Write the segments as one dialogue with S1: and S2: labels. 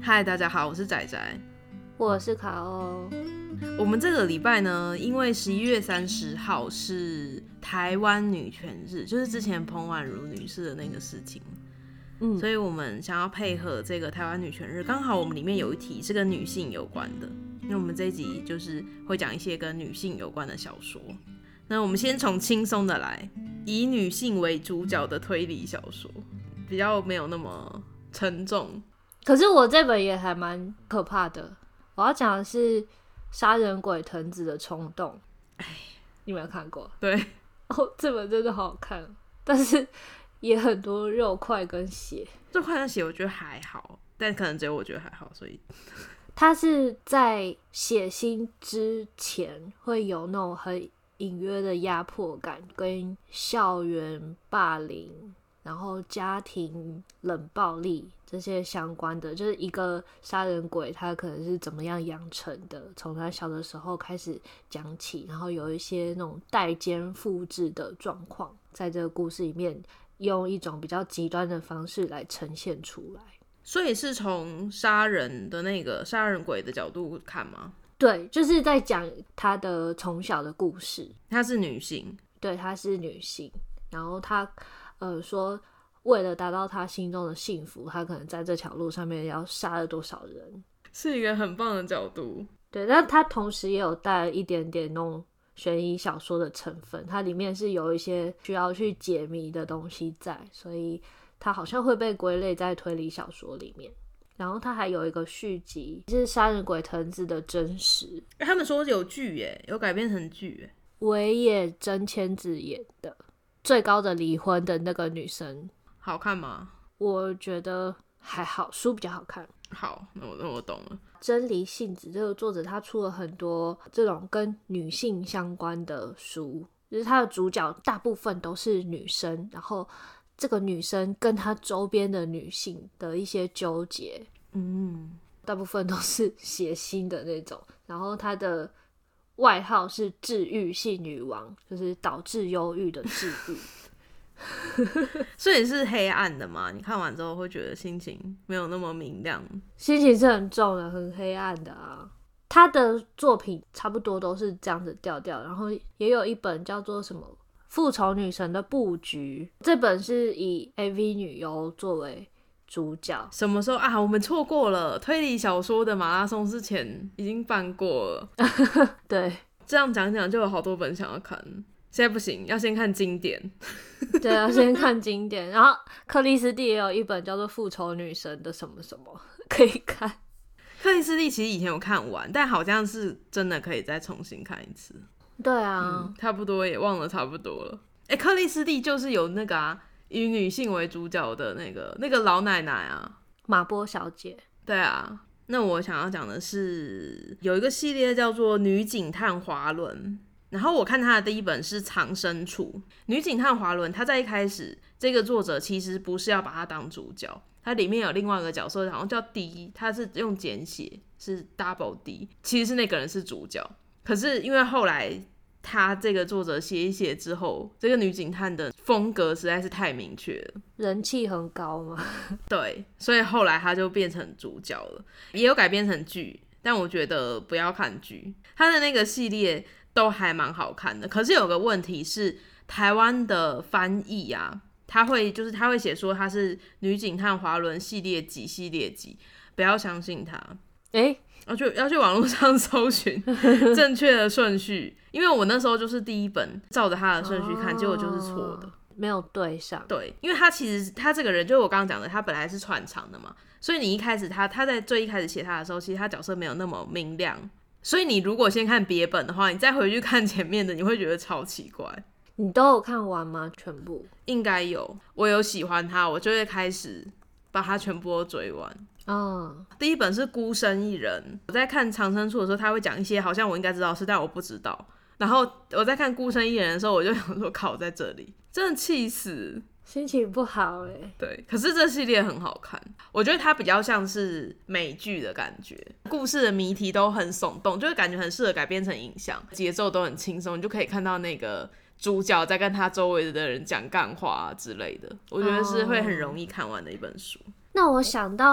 S1: 嗨，大家好，我是仔仔，
S2: 我是卡欧。
S1: 我们这个礼拜呢，因为11月30号是台湾女权日，就是之前彭婉如女士的那个事情，所以我们想要配合这个台湾女权日，刚好我们里面有一题是跟女性有关的，因为我们这一集就是会讲一些跟女性有关的小说。那我们先从轻松的来，以女性为主角的推理小说，比较没有那么沉重。
S2: 可是我这本也还蛮可怕的，我要讲的是杀人鬼藤子的冲动。你没有看过？
S1: 对，
S2: 这本真的好好看，但是也很多肉块跟血。
S1: 肉块跟血我觉得还好，但可能只有我觉得还好，所以
S2: 它是在血腥之前会有那种很隐约的压迫感，跟校园霸凌，然后家庭冷暴力这些相关的，就是一个杀人鬼他可能是怎么样养成的，从他小的时候开始讲起，然后有一些那种代间复制的状况，在这个故事里面用一种比较极端的方式来呈现出来。
S1: 所以是从杀人的那个杀人鬼的角度看吗？
S2: 对，就是在讲他的从小的故事。
S1: 她是女性，
S2: 对，她是女性，然后她说为了达到他心中的幸福，他可能在这条路上面要杀了多少人，
S1: 是一个很棒的角度。
S2: 对，但他同时也有带一点点那种悬疑小说的成分，它里面是有一些需要去解谜的东西在，所以它好像会被归类在推理小说里面。然后它还有一个续集，是杀人鬼藤子的真实，
S1: 他们说有剧耶，有改编成剧耶。
S2: 尾野真千子演的最高的离婚的那个女生。
S1: 好看吗？
S2: 我觉得还好，书比较好看。
S1: 好，那我懂了。
S2: 真理杏子这个作者他出了很多这种跟女性相关的书，就是他的主角大部分都是女生，然后这个女生跟她周边的女性的一些纠结，大部分都是血腥的那种。然后她的外号是治愈系女王，就是导致忧郁的治愈。
S1: 所以是黑暗的嘛？你看完之后会觉得心情没有那么明亮，
S2: 心情是很重的，很黑暗的啊。他的作品差不多都是这样子调调，然后也有一本叫做什么《复仇女神的布局》，这本是以 AV 女优作为主角。
S1: 什么时候啊？我们错过了推理小说的马拉松，之前已经办过了。
S2: 对，
S1: 这样讲讲就有好多本想要看，现在不行，要先看经典。
S2: 对啊，先看经典。然后克里斯蒂也有一本叫做《复仇女神的什么什么》可以看。
S1: 克里斯蒂其实以前有看完，但好像是真的可以再重新看一次。
S2: 对啊，
S1: 差不多也忘了差不多了。克里斯蒂就是有那个以女性为主角的那个老奶奶啊，
S2: 马波小姐。
S1: 对啊。那我想要讲的是有一个系列叫做《女警探滑轮》。然后我看他的第一本是《藏身处》，女警探滑轮。他在一开始，这个作者其实不是要把他当主角，他里面有另外一个角色，好像叫 D， 他是用简写是 Double D， 其实是那个人是主角。可是因为后来他这个作者写一写之后，这个女警探的风格实在是太明确了，
S2: 人气很高嘛。
S1: 对，所以后来他就变成主角了，也有改编成剧，但我觉得不要看剧，他的那个系列都还蛮好看的。可是有个问题是，台湾的翻译啊，他会写说他是女警探滑轮系列几系列几，不要相信他。要去网络上搜寻正确的顺序，因为我那时候就是第一本照着他的顺序看，结果就是错的，
S2: 没有对上。
S1: 对，因为他其实他这个人就是我刚刚讲的，他本来是串场的嘛，所以你一开始他在最一开始写他的时候，其实他角色没有那么明亮。所以你如果先看别本的话，你再回去看前面的，你会觉得超奇怪。
S2: 你都有看完吗？全部？
S1: 应该有，我有喜欢他，我就会开始把他全部都追完。第一本是孤身一人，我在看藏身处的时候，他会讲一些好像我应该知道的事，但我不知道。然后我在看孤身一人的时候，我就想说靠，在这里真的气死，
S2: 心情不好
S1: 对，可是这系列很好看，我觉得它比较像是美剧的感觉，故事的谜题都很耸动，就是感觉很适合改编成影像，节奏都很轻松，你就可以看到那个主角在跟他周围的人讲干话之类的，我觉得是会很容易看完的一本书。
S2: 那我想到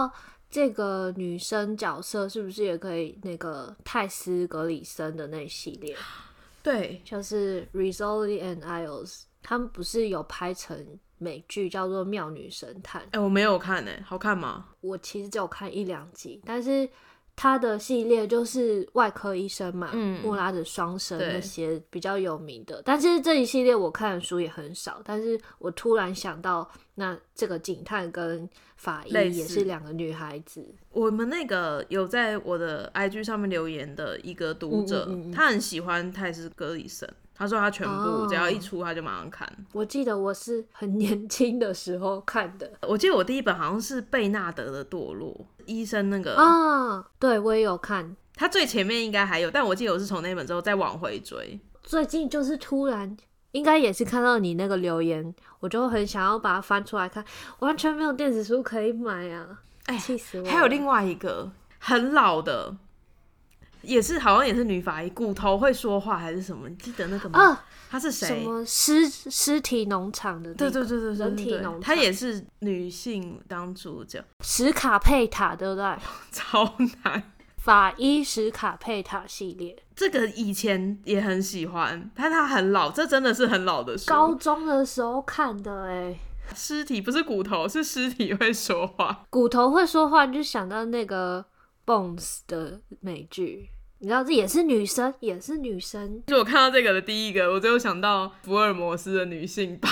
S2: 这个女生角色是不是也可以那个泰斯格里森的那系列？
S1: 对，
S2: 就是 Rizzoli and Isles， 他们不是有拍成美剧叫做《妙女神探》？
S1: 我没有看好看吗？
S2: 我其实只有看1-2集，但是他的系列就是外科医生嘛，莫拉的双生那些比较有名的。但是这一系列我看的书也很少，但是我突然想到，那这个警探跟法医也是2个女孩子。
S1: 我们那个有在我的 IG 上面留言的一个读者，他很喜欢泰斯格里森，他说他全部只要一出他就马上看。
S2: 我记得我是很年轻的时候看的，
S1: 我记得我第一本好像是贝纳德的堕落，医生那个
S2: 对，我也有看。
S1: 他最前面应该还有，但我记得我是从那本之后再往回追。
S2: 最近就是突然应该也是看到你那个留言，我就很想要把它翻出来看，完全没有电子书可以买啊！气死我了！
S1: 还有另外一个很老的，也是好像也是女法医，骨头会说话还是什么？你记得那个吗？他是谁？
S2: 什么尸体农场的、那个？对，人体农场。
S1: 她也是女性当主角，
S2: 史卡佩塔对不对？
S1: 超难。
S2: 法医史卡佩塔系列，
S1: 这个以前也很喜欢，但它很老，这真的是很老的书。
S2: 高中的时候看的
S1: 尸体不是骨头，是尸体会说话。
S2: 骨头会说话，就想到那个 Bones 的美剧。你知道这也是女生，就
S1: 我看到这个的第一个，我就想到福尔摩斯的女性版。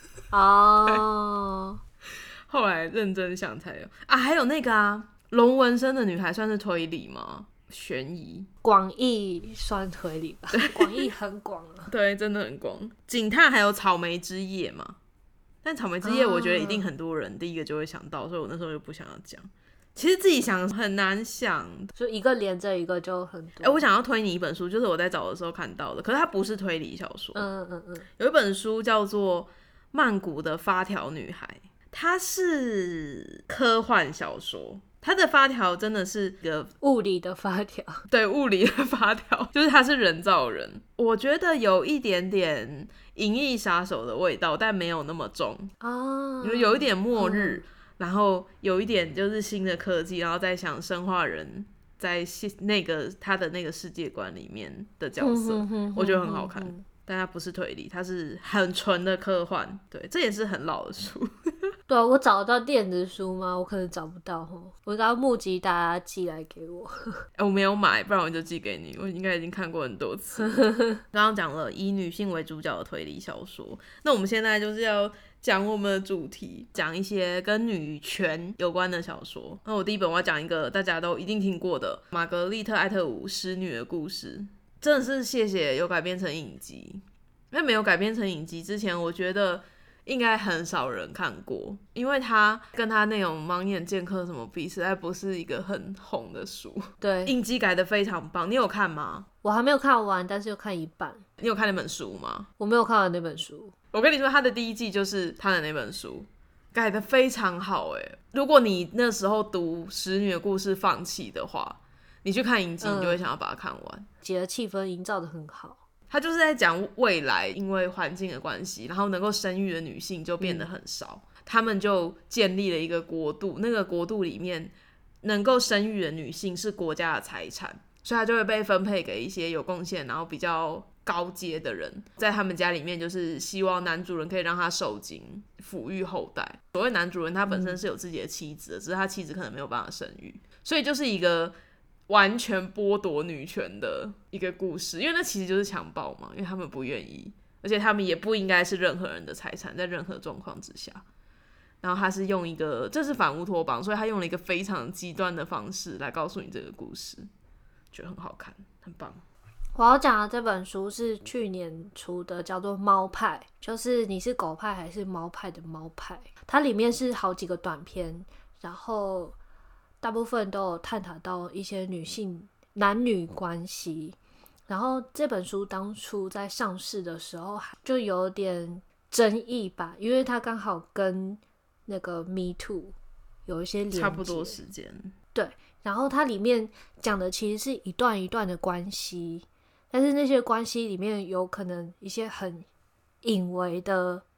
S1: 后来认真想才有还有那个龙纹身的女孩算是推理吗？悬疑，
S2: 广义算推理吧，广义很广啊。
S1: 对，真的很广。警探还有草莓之夜嘛，但草莓之夜我觉得一定很多人第一个就会想到，所以我那时候就不想要讲。其实自己想很难想，
S2: 就一个连着一个就很多。
S1: 我想要推你一本书，就是我在找的时候看到的，可是它不是推理小说。有一本书叫做《曼谷的发条女孩》，它是科幻小说。它的发条真的是一个
S2: 物理的发条，
S1: 对，物理的发条，就是它是人造人。我觉得有一点点银翼杀手的味道，但没有那么重有一点末日，然后有一点就是新的科技，然后再想生化人在那个他的那个世界观里面的角色，我觉得很好看。但它不是推理，它是很纯的科幻。对，这也是很老的书。
S2: 对啊，我找得到电子书吗？我可能找不到我要募集大家寄来给我。
S1: 我没有买，不然我就寄给你。我应该已经看过很多次。刚刚讲了以女性为主角的推理小说，那我们现在就是要讲我们的主题，讲一些跟女权有关的小说。那我第一本我要讲一个大家都一定听过的玛格丽特·艾特伍使女的故事。真的是谢谢有改编成影集，因为没有改编成影集之前，我觉得应该很少人看过，因为他跟他那种盲眼剑客什么比，实在不是一个很红的书。
S2: 对，
S1: 影集改得非常棒，你有看吗？
S2: 我还没有看完，但是有看一半。
S1: 你有看那本书吗？
S2: 我没有看完那本书。
S1: 我跟你说，他的第一季就是他的那本书，改得非常好如果你那时候读使女的故事放弃的话，你去看影集，你就会想要把它看完。
S2: 节的气氛营造得很好。
S1: 他就是在讲未来因为环境的关系，然后能够生育的女性就变得很少，他们就建立了一个国度，那个国度里面能够生育的女性是国家的财产，所以他就会被分配给一些有贡献然后比较高阶的人，在他们家里面就是希望男主人可以让他受精抚育后代。所谓男主人他本身是有自己的妻子的，只是他妻子可能没有办法生育，所以就是一个完全剥夺女权的一个故事，因为那其实就是强暴嘛，因为他们不愿意，而且他们也不应该是任何人的财产，在任何状况之下。然后他是用一个，这是反乌托邦，所以他用了一个非常极端的方式来告诉你这个故事，觉得很好看，很棒。
S2: 我要讲的这本书是去年出的，叫做《猫派》，就是你是狗派还是猫派的猫派。它里面是好几个短篇，然后大部分都有探讨到一些女性男女关系。然后这本书当初在上市的时候就有点争议吧，因为它刚好跟那个 Me Too 有一些连结，
S1: 差不多时间。
S2: 对，然后它里面讲的其实是一段一段的关系，但是那些关系里面有可能一些很隐微的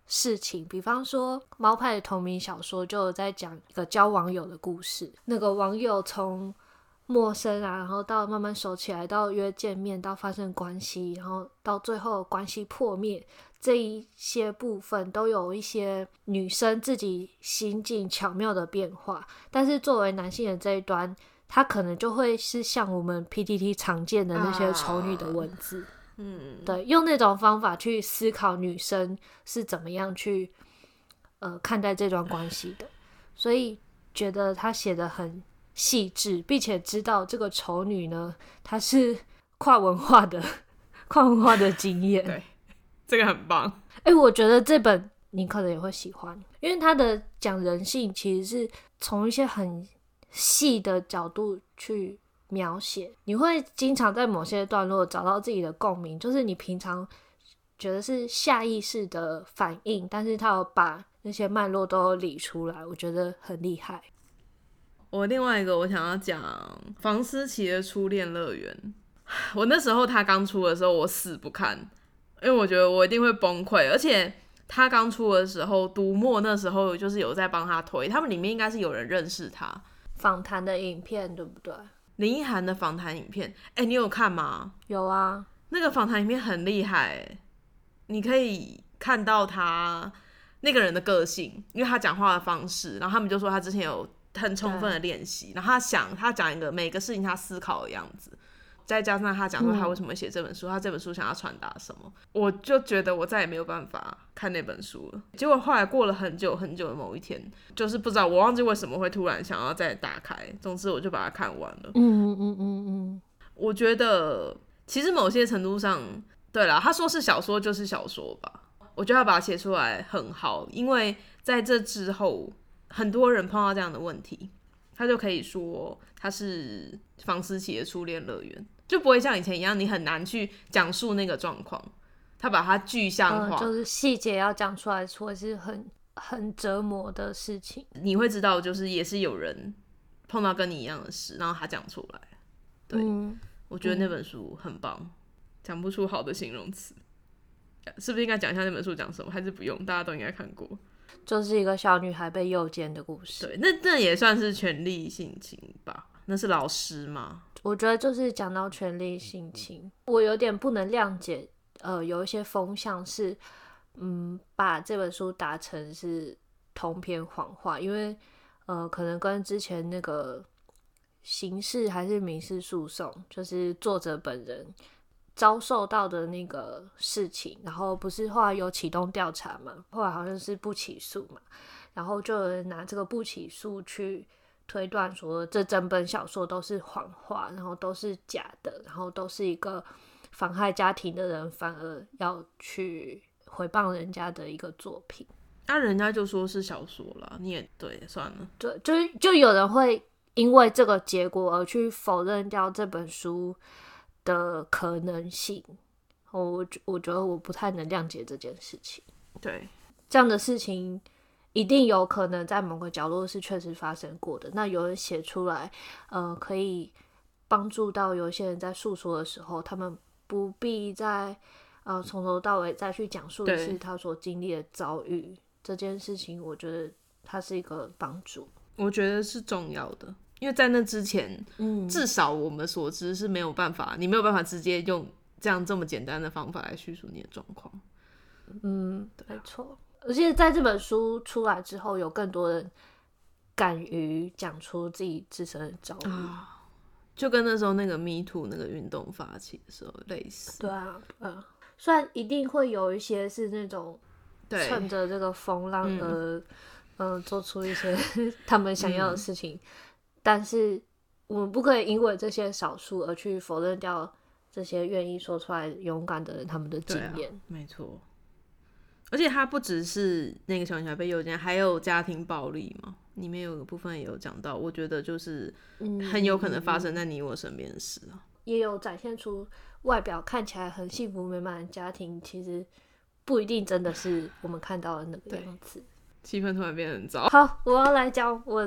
S2: 事情，比方说猫派的同名小说就有在讲一个交网友的故事，那个网友从陌生啊，然后到慢慢熟起来，到约见面，到发生关系，然后到最后关系破灭，这一些部分都有一些女生自己心境巧妙的变化，但是作为男性的这一端，他可能就会是像我们 PTT 常见的那些丑女的文字，对，用那种方法去思考女生是怎么样去看待这段关系的，所以觉得他写得很细致，并且知道这个丑女呢，她是跨文化的经验。
S1: 对，这个很棒。
S2: 我觉得这本你可能也会喜欢，因为他的讲人性其实是从一些很细的角度去描写，你会经常在某些段落找到自己的共鸣，就是你平常觉得是下意识的反应，但是他有把那些脉络都理出来，我觉得很厉害。
S1: 我另外一个我想要讲房思琪的初恋乐园，我那时候他刚出的时候我死不看，因为我觉得我一定会崩溃，而且他刚出的时候读墨那时候就是有在帮他推，他们里面应该是有人认识他
S2: 访谈的影片对不对？
S1: 林奕含的访谈影片，你有看吗？
S2: 有啊，
S1: 那个访谈影片很厉害，你可以看到他那个人的个性，因为他讲话的方式，然后他们就说他之前有很充分的练习，然后他讲一个每个事情他思考的样子，再加上他讲说他为什么会写这本书，他这本书想要传达什么，我就觉得我再也没有办法看那本书了。结果后来过了很久很久的某一天，就是不知道我忘记为什么会突然想要再打开，总之我就把它看完了。我觉得其实某些程度上，对啦，他说是小说就是小说吧，我觉得他把它写出来很好，因为在这之后很多人碰到这样的问题，他就可以说他是房思琪的初恋乐园，就不会像以前一样你很难去讲述那个状况，他把它具象化，
S2: 就是细节要讲出来会是很折磨的事情，
S1: 你会知道就是也是有人碰到跟你一样的事，然后他讲出来。对，我觉得那本书很棒，讲不出好的形容词，是不是应该讲一下那本书讲什么？还是不用？大家都应该看过，
S2: 就是一个小女孩被诱奸的故事。
S1: 对，那也算是权力性侵吧？那是老师吗？
S2: 我觉得就是讲到权力性侵，我有点不能谅解，有一些风向是，把这本书打成是通篇谎话，因为可能跟之前那个刑事还是民事诉讼，就是作者本人遭受到的那个事情，然后不是后来有启动调查嘛，后来好像是不起诉嘛，然后就有人拿这个不起诉去推断说这整本小说都是谎话，然后都是假的，然后都是一个妨害家庭的人反而要去诽谤人家的一个作品。
S1: 人家就说是小说啦，你也对，算了。
S2: 对，就有人会因为这个结果而去否认掉这本书的可能性。我觉得我不太能谅解这件事情。
S1: 对，
S2: 这样的事情一定有可能在某个角落是确实发生过的，那有人写出来可以帮助到有些人在诉说的时候，他们不必再从头到尾再去讲述的是他所经历的遭遇，这件事情我觉得它是一个帮助，
S1: 我觉得是重要的，因为在那之前至少我们所知是没有办法，你没有办法直接用这么简单的方法来叙述你的状况。
S2: 没错。而且在这本书出来之后，有更多人敢于讲出自己自身的遭遇，
S1: 就跟那时候那个 Me Too 那个运动发起的时候类似。
S2: 对啊，虽然一定会有一些是那种趁着这个风浪而做出一些他们想要的事情，但是我们不可以因为这些少数而去否认掉这些愿意说出来勇敢的人他们的经验。
S1: 没错。而且它不只是那个小女孩被诱奸，还有家庭暴力嘛，里面有个部分也有讲到，我觉得就是很有可能发生在你我身边的事啊。
S2: 也有展现出外表看起来很幸福美满的家庭，其实不一定真的是我们看到的那个样子。
S1: 气氛突然变得很糟。
S2: 好，我要来讲我的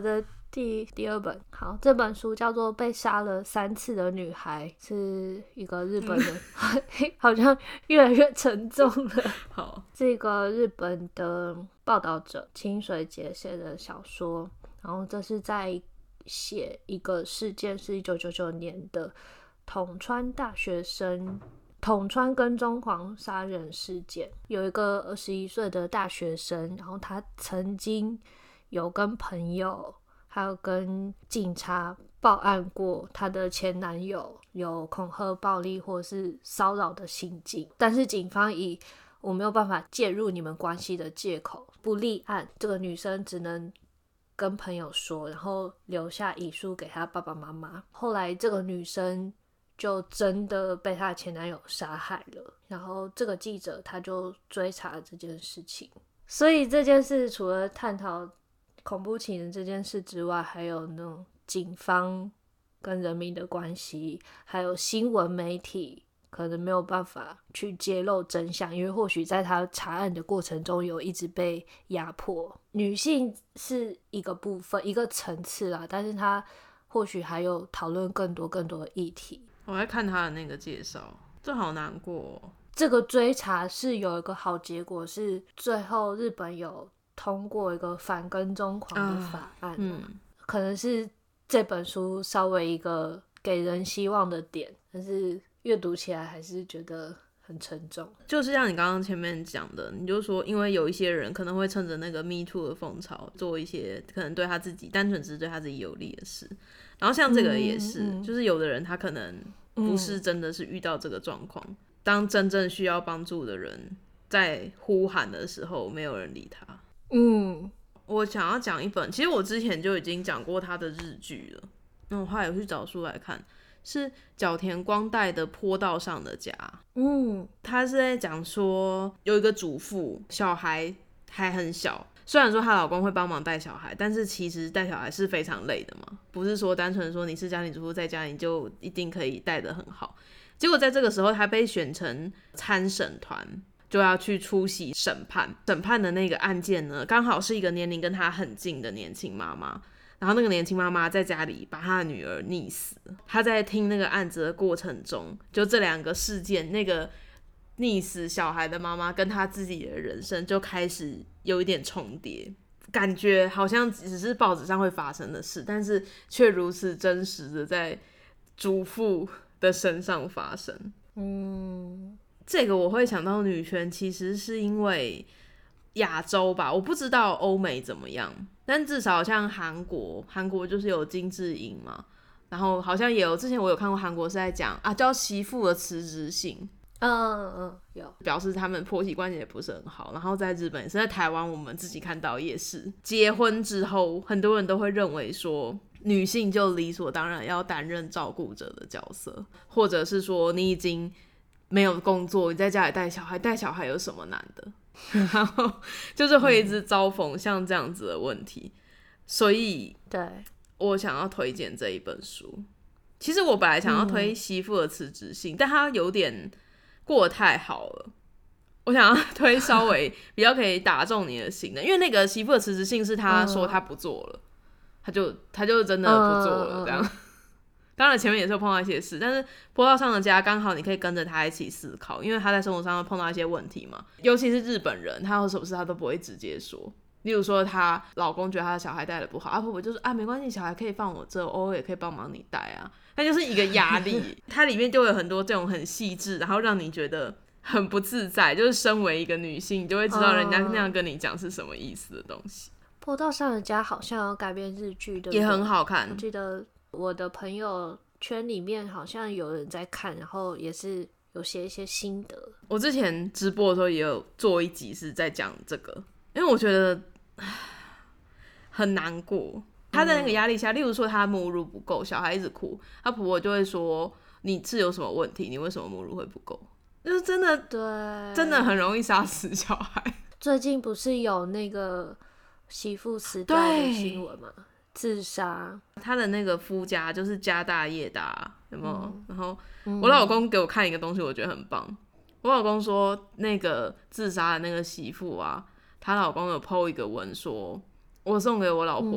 S2: 第二本。好，这本书叫做《被杀了3次的女孩》，是一个日本人，好像越来越沉重了。
S1: 好，
S2: 这个日本的报道者清水节写的小说，然后这是在写一个事件，是1999年的统川大学生统川跟踪狂杀人事件。有一个21岁的大学生，然后他曾经有跟朋友还有跟警察报案过他的前男友有恐吓、暴力或是骚扰的行径，但是警方以我没有办法介入你们关系的借口不立案。这个女生只能跟朋友说，然后留下遗书给她爸爸妈妈。后来这个女生就真的被她的前男友杀害了，然后这个记者他就追查了这件事情。所以这件事除了探讨恐怖情人这件事之外，还有那种警方跟人民的关系，还有新闻媒体可能没有办法去揭露真相，因为或许在他查案的过程中有一直被压迫。女性是一个部分一个层次啦，但是他或许还有讨论更多的议题。
S1: 我在看他的那个介绍，这好难过哦。
S2: 这个追查是有一个好结果，是最后日本有通过一个反跟踪狂的法案，可能是这本书稍微一个给人希望的点，但是阅读起来还是觉得很沉重。
S1: 就是像你刚刚前面讲的，你就说因为有一些人可能会趁着那个 Me Too 的风潮做一些可能对他自己单纯只是对他自己有利的事，然后像这个也是，就是有的人他可能不是真的是遇到这个状况，当真正需要帮助的人在呼喊的时候没有人理他。我想要讲一本，其实我之前就已经讲过他的日剧了，我后来有去找书来看，是角田光代的《坡道上的家》。他是在讲说有一个主妇，小孩还很小，虽然说她老公会帮忙带小孩，但是其实带小孩是非常累的嘛，不是说单纯说你是家庭主妇在家你就一定可以带得很好。结果在这个时候，他被选成参审团，就要去出席审判。审判的那个案件呢，刚好是一个年龄跟他很近的年轻妈妈，然后那个年轻妈妈在家里把她的女儿溺死。她在听那个案子的过程中，就这两个事件，那个溺死小孩的妈妈跟她自己的人生就开始有一点重叠，感觉好像只是报纸上会发生的事，但是却如此真实的在主妇的身上发生。这个我会想到女权，其实是因为亚洲吧，我不知道欧美怎么样，但至少像韩国就是有金智英嘛，然后好像也有之前我有看过韩国是在讲叫媳妇的辞职信，
S2: 有
S1: 表示他们婆媳关系也不是很好。然后在日本也是，在台湾我们自己看到也是，结婚之后很多人都会认为说女性就理所当然要担任照顾者的角色，或者是说你已经没有工作，你在家里带小孩有什么难的？然后就是会一直遭逢像这样子的问题，所以
S2: 对
S1: 我想要推荐这一本书。其实我本来想要推媳妇的辞职信，但它有点过得太好了，我想要推稍微比较可以打中你的心的，因为那个媳妇的辞职信是他说他不做了，他就真的不做了这样。当然前面也是有碰到一些事，但是坡道上的家刚好你可以跟着他一起思考，因为他在生活上会碰到一些问题嘛，尤其是日本人，他有什么事他都不会直接说。例如说她老公觉得她的小孩带的不好，婆婆就说没关系，小孩可以放我这，偶尔也可以帮忙你带啊，那就是一个压力。它里面就会有很多这种很细致，然后让你觉得很不自在，就是身为一个女性，你就会知道人家那样跟你讲是什么意思的东西。
S2: 坡道上的家好像有改编日剧的，
S1: 也很好看。
S2: 我记得我的朋友圈里面好像有人在看，然后也是有写一些心得。
S1: 我之前直播的时候也有做一集是在讲这个，因为我觉得很难过。她在那个压力下，例如说她母乳不够，小孩一直哭，她婆婆就会说你是有什么问题，你为什么母乳会不够？就是真的，
S2: 对，
S1: 真的很容易杀死小孩。
S2: 最近不是有那个媳妇死掉的新闻吗？自杀，
S1: 他的那个夫家就是家大业大，有没有？然后我老公给我看一个东西，我觉得很棒。我老公说，那个自杀的那个媳妇啊，她老公有 po 一个文说，我送给我老婆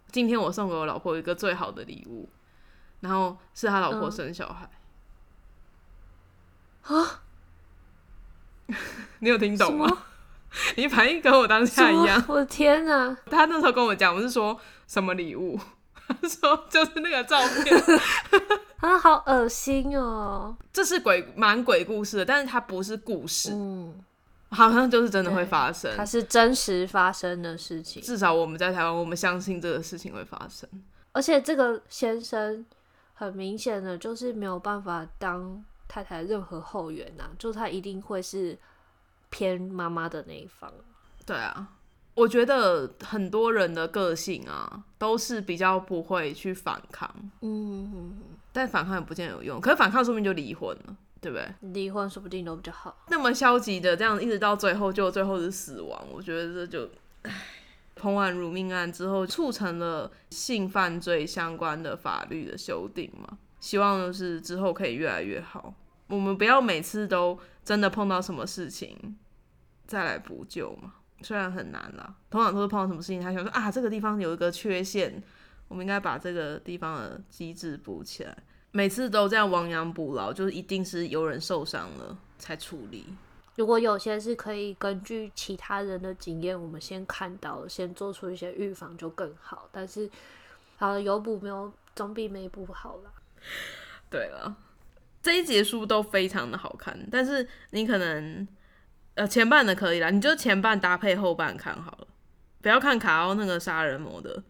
S1: 今天我送给我老婆一个最好的礼物，然后是他老婆生小孩。
S2: 啊？
S1: 你有听懂吗？你反应跟我当下一样。
S2: 我的天哪！
S1: 他那时候跟我讲，我是说什么礼物？他说就是那个照片。
S2: 啊，好恶心哦！
S1: 这是蛮鬼故事的，但是它不是故事，好像就是真的会发生。
S2: 它是真实发生的事情，
S1: 至少我们在台湾，我们相信这个事情会发生。
S2: 而且这个先生很明显的就是没有办法当太太任何后援啊，就他一定会是偏妈妈的那一方。
S1: 对啊，我觉得很多人的个性啊，都是比较不会去反抗，但反抗也不见得有用，可是反抗说不定就离婚了，对不对？
S2: 离婚说不定都比较好。
S1: 那么消极的这样一直到最后，就最后是死亡，我觉得这就，彭婉如命案之后，促成了性犯罪相关的法律的修订嘛，希望就是之后可以越来越好。我们不要每次都真的碰到什么事情再来补救嘛，虽然很难啦，通常都是碰到什么事情，他想说啊，这个地方有一个缺陷，我们应该把这个地方的机制补起来。每次都这样亡羊补牢，就是一定是有人受伤了才处理。
S2: 如果有些是可以根据其他人的经验，我们先看到，先做出一些预防就更好。但是，有补没有总比没补好啦。
S1: 对了，这一节书都非常的好看，但是你可能前半的可以啦，你就前半搭配后半看好了，不要看卡奥那个杀人魔的。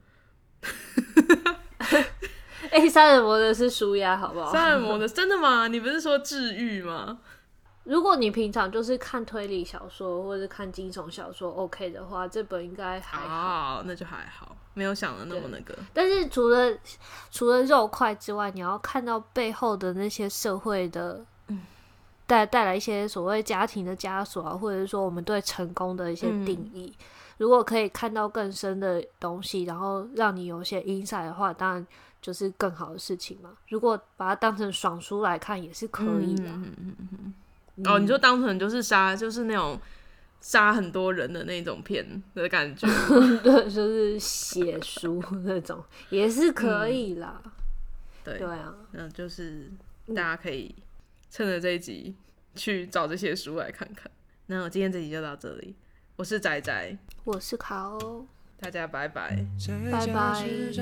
S2: 杀人魔的是舒压，好不好？
S1: 杀人魔的真的吗？你不是说治愈吗？
S2: 如果你平常就是看推理小说或者看惊悚小说 OK 的话，这本应该还好。
S1: 那就还好，没有想的那么那个。
S2: 但是除了肉块之外，你要看到背后的那些社会的，带来一些所谓家庭的枷锁啊，或者是说我们对成功的一些定义。如果可以看到更深的东西，然后让你有些 insight 的话，当然就是更好的事情嘛。如果把它当成爽书来看，也是可以的。
S1: 你就当成就是就是那种杀很多人的那种片的感觉。
S2: 对，就是写书那种也是可以啦。对啊，
S1: 那就是大家可以趁着这一集去找这些书来看看。那我今天这集就到这里，我是仔仔，
S2: 我是卡欧，
S1: 大家拜拜，
S2: 拜拜。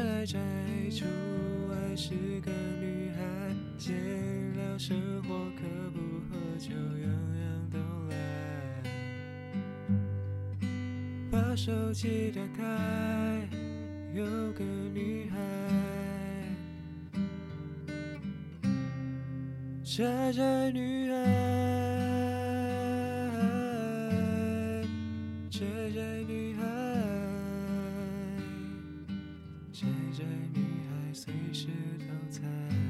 S3: 闲聊生活，可不喝酒，样样都来。把手机打开，有个女孩，宅宅女孩，宅宅女孩，宅宅女孩，随时都在。